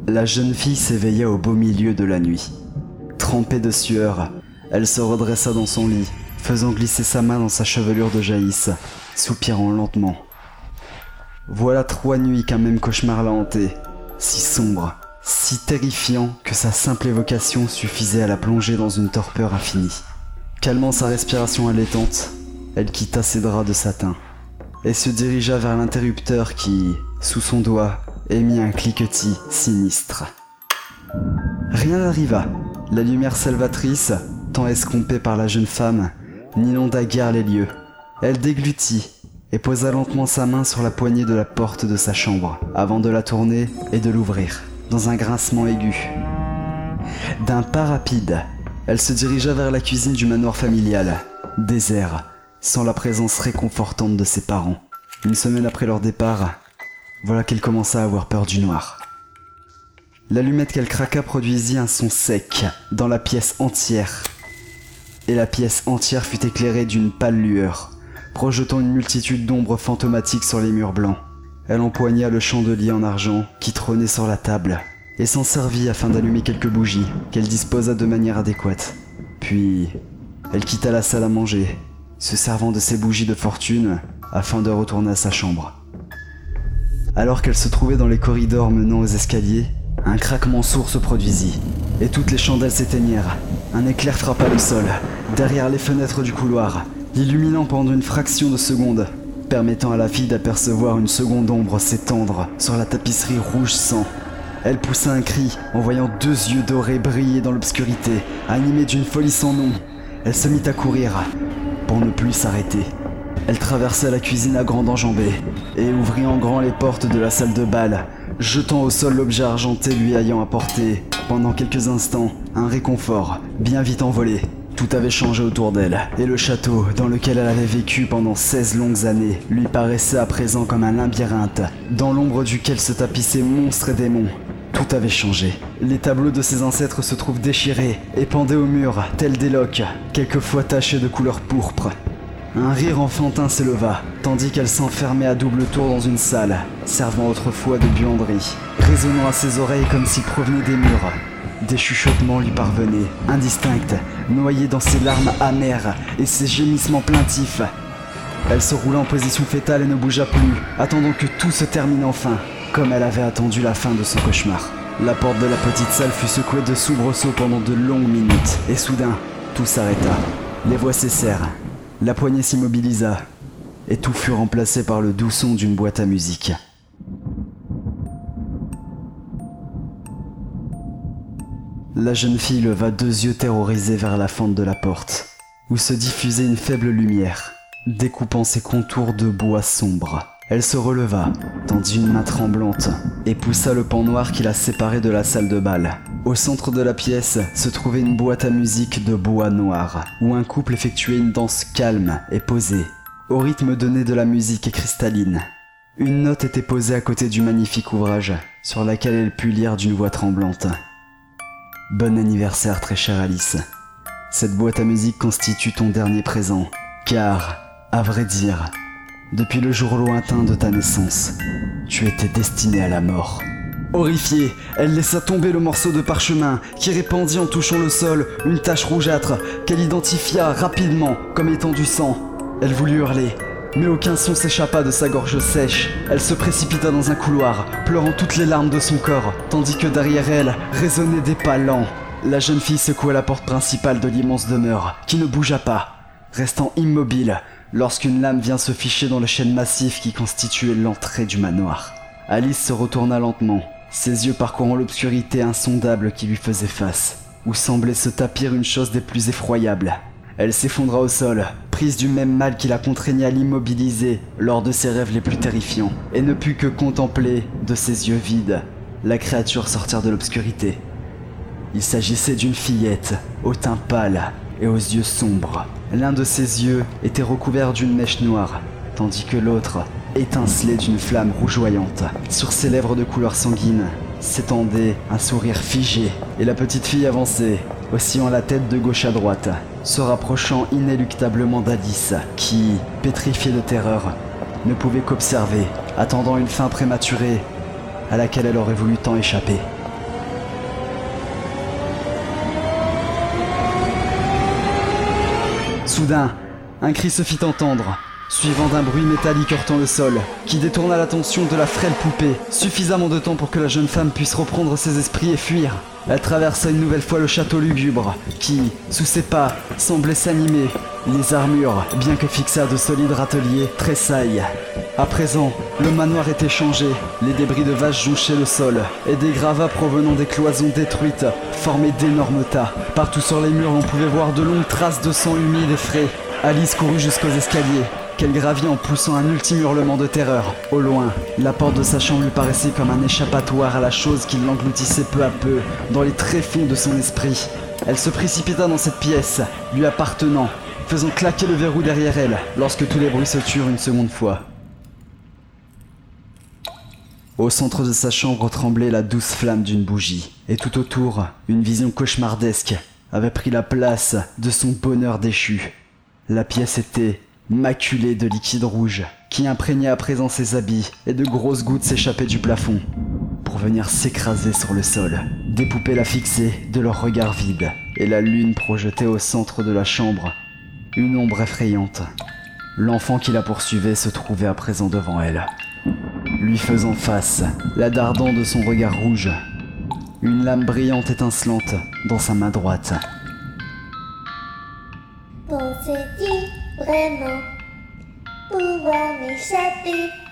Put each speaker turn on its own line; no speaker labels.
La jeune fille s'éveilla au beau milieu de la nuit. Trempée de sueur, elle se redressa dans son lit, faisant glisser sa main dans sa chevelure de jaïs, soupirant lentement. Voilà 3 nuits qu'un même cauchemar l'a hantée, si sombre, si terrifiant que sa simple évocation suffisait à la plonger dans une torpeur infinie. Calmant sa respiration allaitante, elle quitta ses draps de satin et se dirigea vers l'interrupteur qui, sous son doigt, émit un cliquetis sinistre. Rien n'arriva. La lumière salvatrice, tant escomptée par la jeune femme, n'inonda guère les lieux. Elle déglutit et posa lentement sa main sur la poignée de la porte de sa chambre, avant de la tourner et de l'ouvrir, dans un grincement aigu. D'un pas rapide, elle se dirigea vers la cuisine du manoir familial, désert, sans la présence réconfortante de ses parents. Une semaine après leur départ, voilà qu'elle commença à avoir peur du noir. L'allumette qu'elle craqua produisit un son sec dans la pièce entière, et la pièce entière fut éclairée d'une pâle lueur, projetant une multitude d'ombres fantomatiques sur les murs blancs. Elle empoigna le chandelier en argent qui trônait sur la table, et s'en servit afin d'allumer quelques bougies qu'elle disposa de manière adéquate. Puis, elle quitta la salle à manger, se servant de ses bougies de fortune afin de retourner à sa chambre. Alors qu'elle se trouvait dans les corridors menant aux escaliers, un craquement sourd se produisit, et toutes les chandelles s'éteignirent. Un éclair frappa le sol, derrière les fenêtres du couloir, l'illuminant pendant une fraction de seconde, permettant à la fille d'apercevoir une seconde ombre s'étendre sur la tapisserie rouge sang. Elle poussa un cri en voyant 2 yeux dorés briller dans l'obscurité, animés d'une folie sans nom. Elle se mit à courir, pour ne plus s'arrêter. Elle traversa la cuisine à grande enjambée et ouvrit en grand les portes de la salle de bal, jetant au sol l'objet argenté lui ayant apporté, pendant quelques instants, un réconfort bien vite envolé. Tout avait changé autour d'elle, et le château, dans lequel elle avait vécu pendant 16 longues années, lui paraissait à présent comme un labyrinthe, dans l'ombre duquel se tapissaient monstres et démons. Tout avait changé. Les tableaux de ses ancêtres se trouvent déchirés et pendaient au mur, tels des loques, quelquefois tachés de couleur pourpre. Un rire enfantin s'éleva, tandis qu'elle s'enfermait à double tour dans une salle, servant autrefois de buanderie, résonnant à ses oreilles comme s'il provenait des murs. Des chuchotements lui parvenaient, indistincts, noyés dans ses larmes amères et ses gémissements plaintifs. Elle se roula en position fétale et ne bougea plus, attendant que tout se termine enfin, comme elle avait attendu la fin de son cauchemar. La porte de la petite salle fut secouée de soubresauts pendant de longues minutes, et soudain, tout s'arrêta. Les voix cessèrent, la poignée s'immobilisa, et tout fut remplacé par le doux son d'une boîte à musique. La jeune fille leva 2 yeux terrorisés vers la fente de la porte, où se diffusait une faible lumière, découpant ses contours de bois sombre. Elle se releva, tendit une main tremblante, et poussa le pan noir qui la séparait de la salle de bal. Au centre de la pièce se trouvait une boîte à musique de bois noir, où un couple effectuait une danse calme et posée, au rythme donné de la musique cristalline. Une note était posée à côté du magnifique ouvrage, sur laquelle elle put lire d'une voix tremblante. « Bon anniversaire, très chère Alice. Cette boîte à musique constitue ton dernier présent, car, à vrai dire, depuis le jour lointain de ta naissance, tu étais destinée à la mort. » Horrifiée, elle laissa tomber le morceau de parchemin qui répandit en touchant le sol une tache rougeâtre qu'elle identifia rapidement comme étant du sang. Elle voulut hurler, mais aucun son s'échappa de sa gorge sèche. Elle se précipita dans un couloir, pleurant toutes les larmes de son corps, tandis que derrière elle résonnaient des pas lents. La jeune fille secoua la porte principale de l'immense demeure, qui ne bougea pas, restant immobile lorsqu'une lame vient se ficher dans le chêne massif qui constituait l'entrée du manoir. Alice se retourna lentement, ses yeux parcourant l'obscurité insondable qui lui faisait face, où semblait se tapir une chose des plus effroyables. Elle s'effondra au sol, prise du même mal qui la contraignait à l'immobiliser lors de ses rêves les plus terrifiants, et ne put que contempler, de ses yeux vides, la créature sortir de l'obscurité. Il s'agissait d'une fillette, au teint pâle et aux yeux sombres. L'un de ses yeux était recouvert d'une mèche noire, tandis que l'autre étincelait d'une flamme rougeoyante. Sur ses lèvres de couleur sanguine s'étendait un sourire figé, et la petite fille avançait, oscillant la tête de gauche à droite, se rapprochant inéluctablement d'Alice, qui, pétrifiée de terreur, ne pouvait qu'observer, attendant une fin prématurée à laquelle elle aurait voulu tant échapper. Soudain, un cri se fit entendre, suivant d'un bruit métallique heurtant le sol, qui détourna l'attention de la frêle poupée, suffisamment de temps pour que la jeune femme puisse reprendre ses esprits et fuir. Elle traversa une nouvelle fois le château lugubre, qui, sous ses pas, semblait s'animer. Les armures, bien que fixées à de solides râteliers, tressaillent. À présent, le manoir était changé, les débris de vaches jonchaient le sol, et des gravats provenant des cloisons détruites formaient d'énormes tas. Partout sur les murs, l'on pouvait voir de longues traces de sang humide et frais. Alice courut jusqu'aux escaliers, qu'elle gravit en poussant un ultime hurlement de terreur. Au loin, la porte de sa chambre lui paraissait comme un échappatoire à la chose qui l'engloutissait peu à peu dans les tréfonds de son esprit. Elle se précipita dans cette pièce, lui appartenant, faisant claquer le verrou derrière elle, lorsque tous les bruits se turent une seconde fois. Au centre de sa chambre tremblait la douce flamme d'une bougie, et tout autour, une vision cauchemardesque avait pris la place de son bonheur déchu. La pièce était maculée de liquide rouge, qui imprégnait à présent ses habits, et de grosses gouttes s'échappaient du plafond, pour venir s'écraser sur le sol. Des poupées la fixaient de leurs regards vides, et la lune projetait au centre de la chambre une ombre effrayante. L'enfant qui la poursuivait se trouvait à présent devant elle, lui faisant face, la dardant de son regard rouge, une lame brillante étincelante dans sa main droite.
Pensais-tu vraiment pouvoir m'échapper?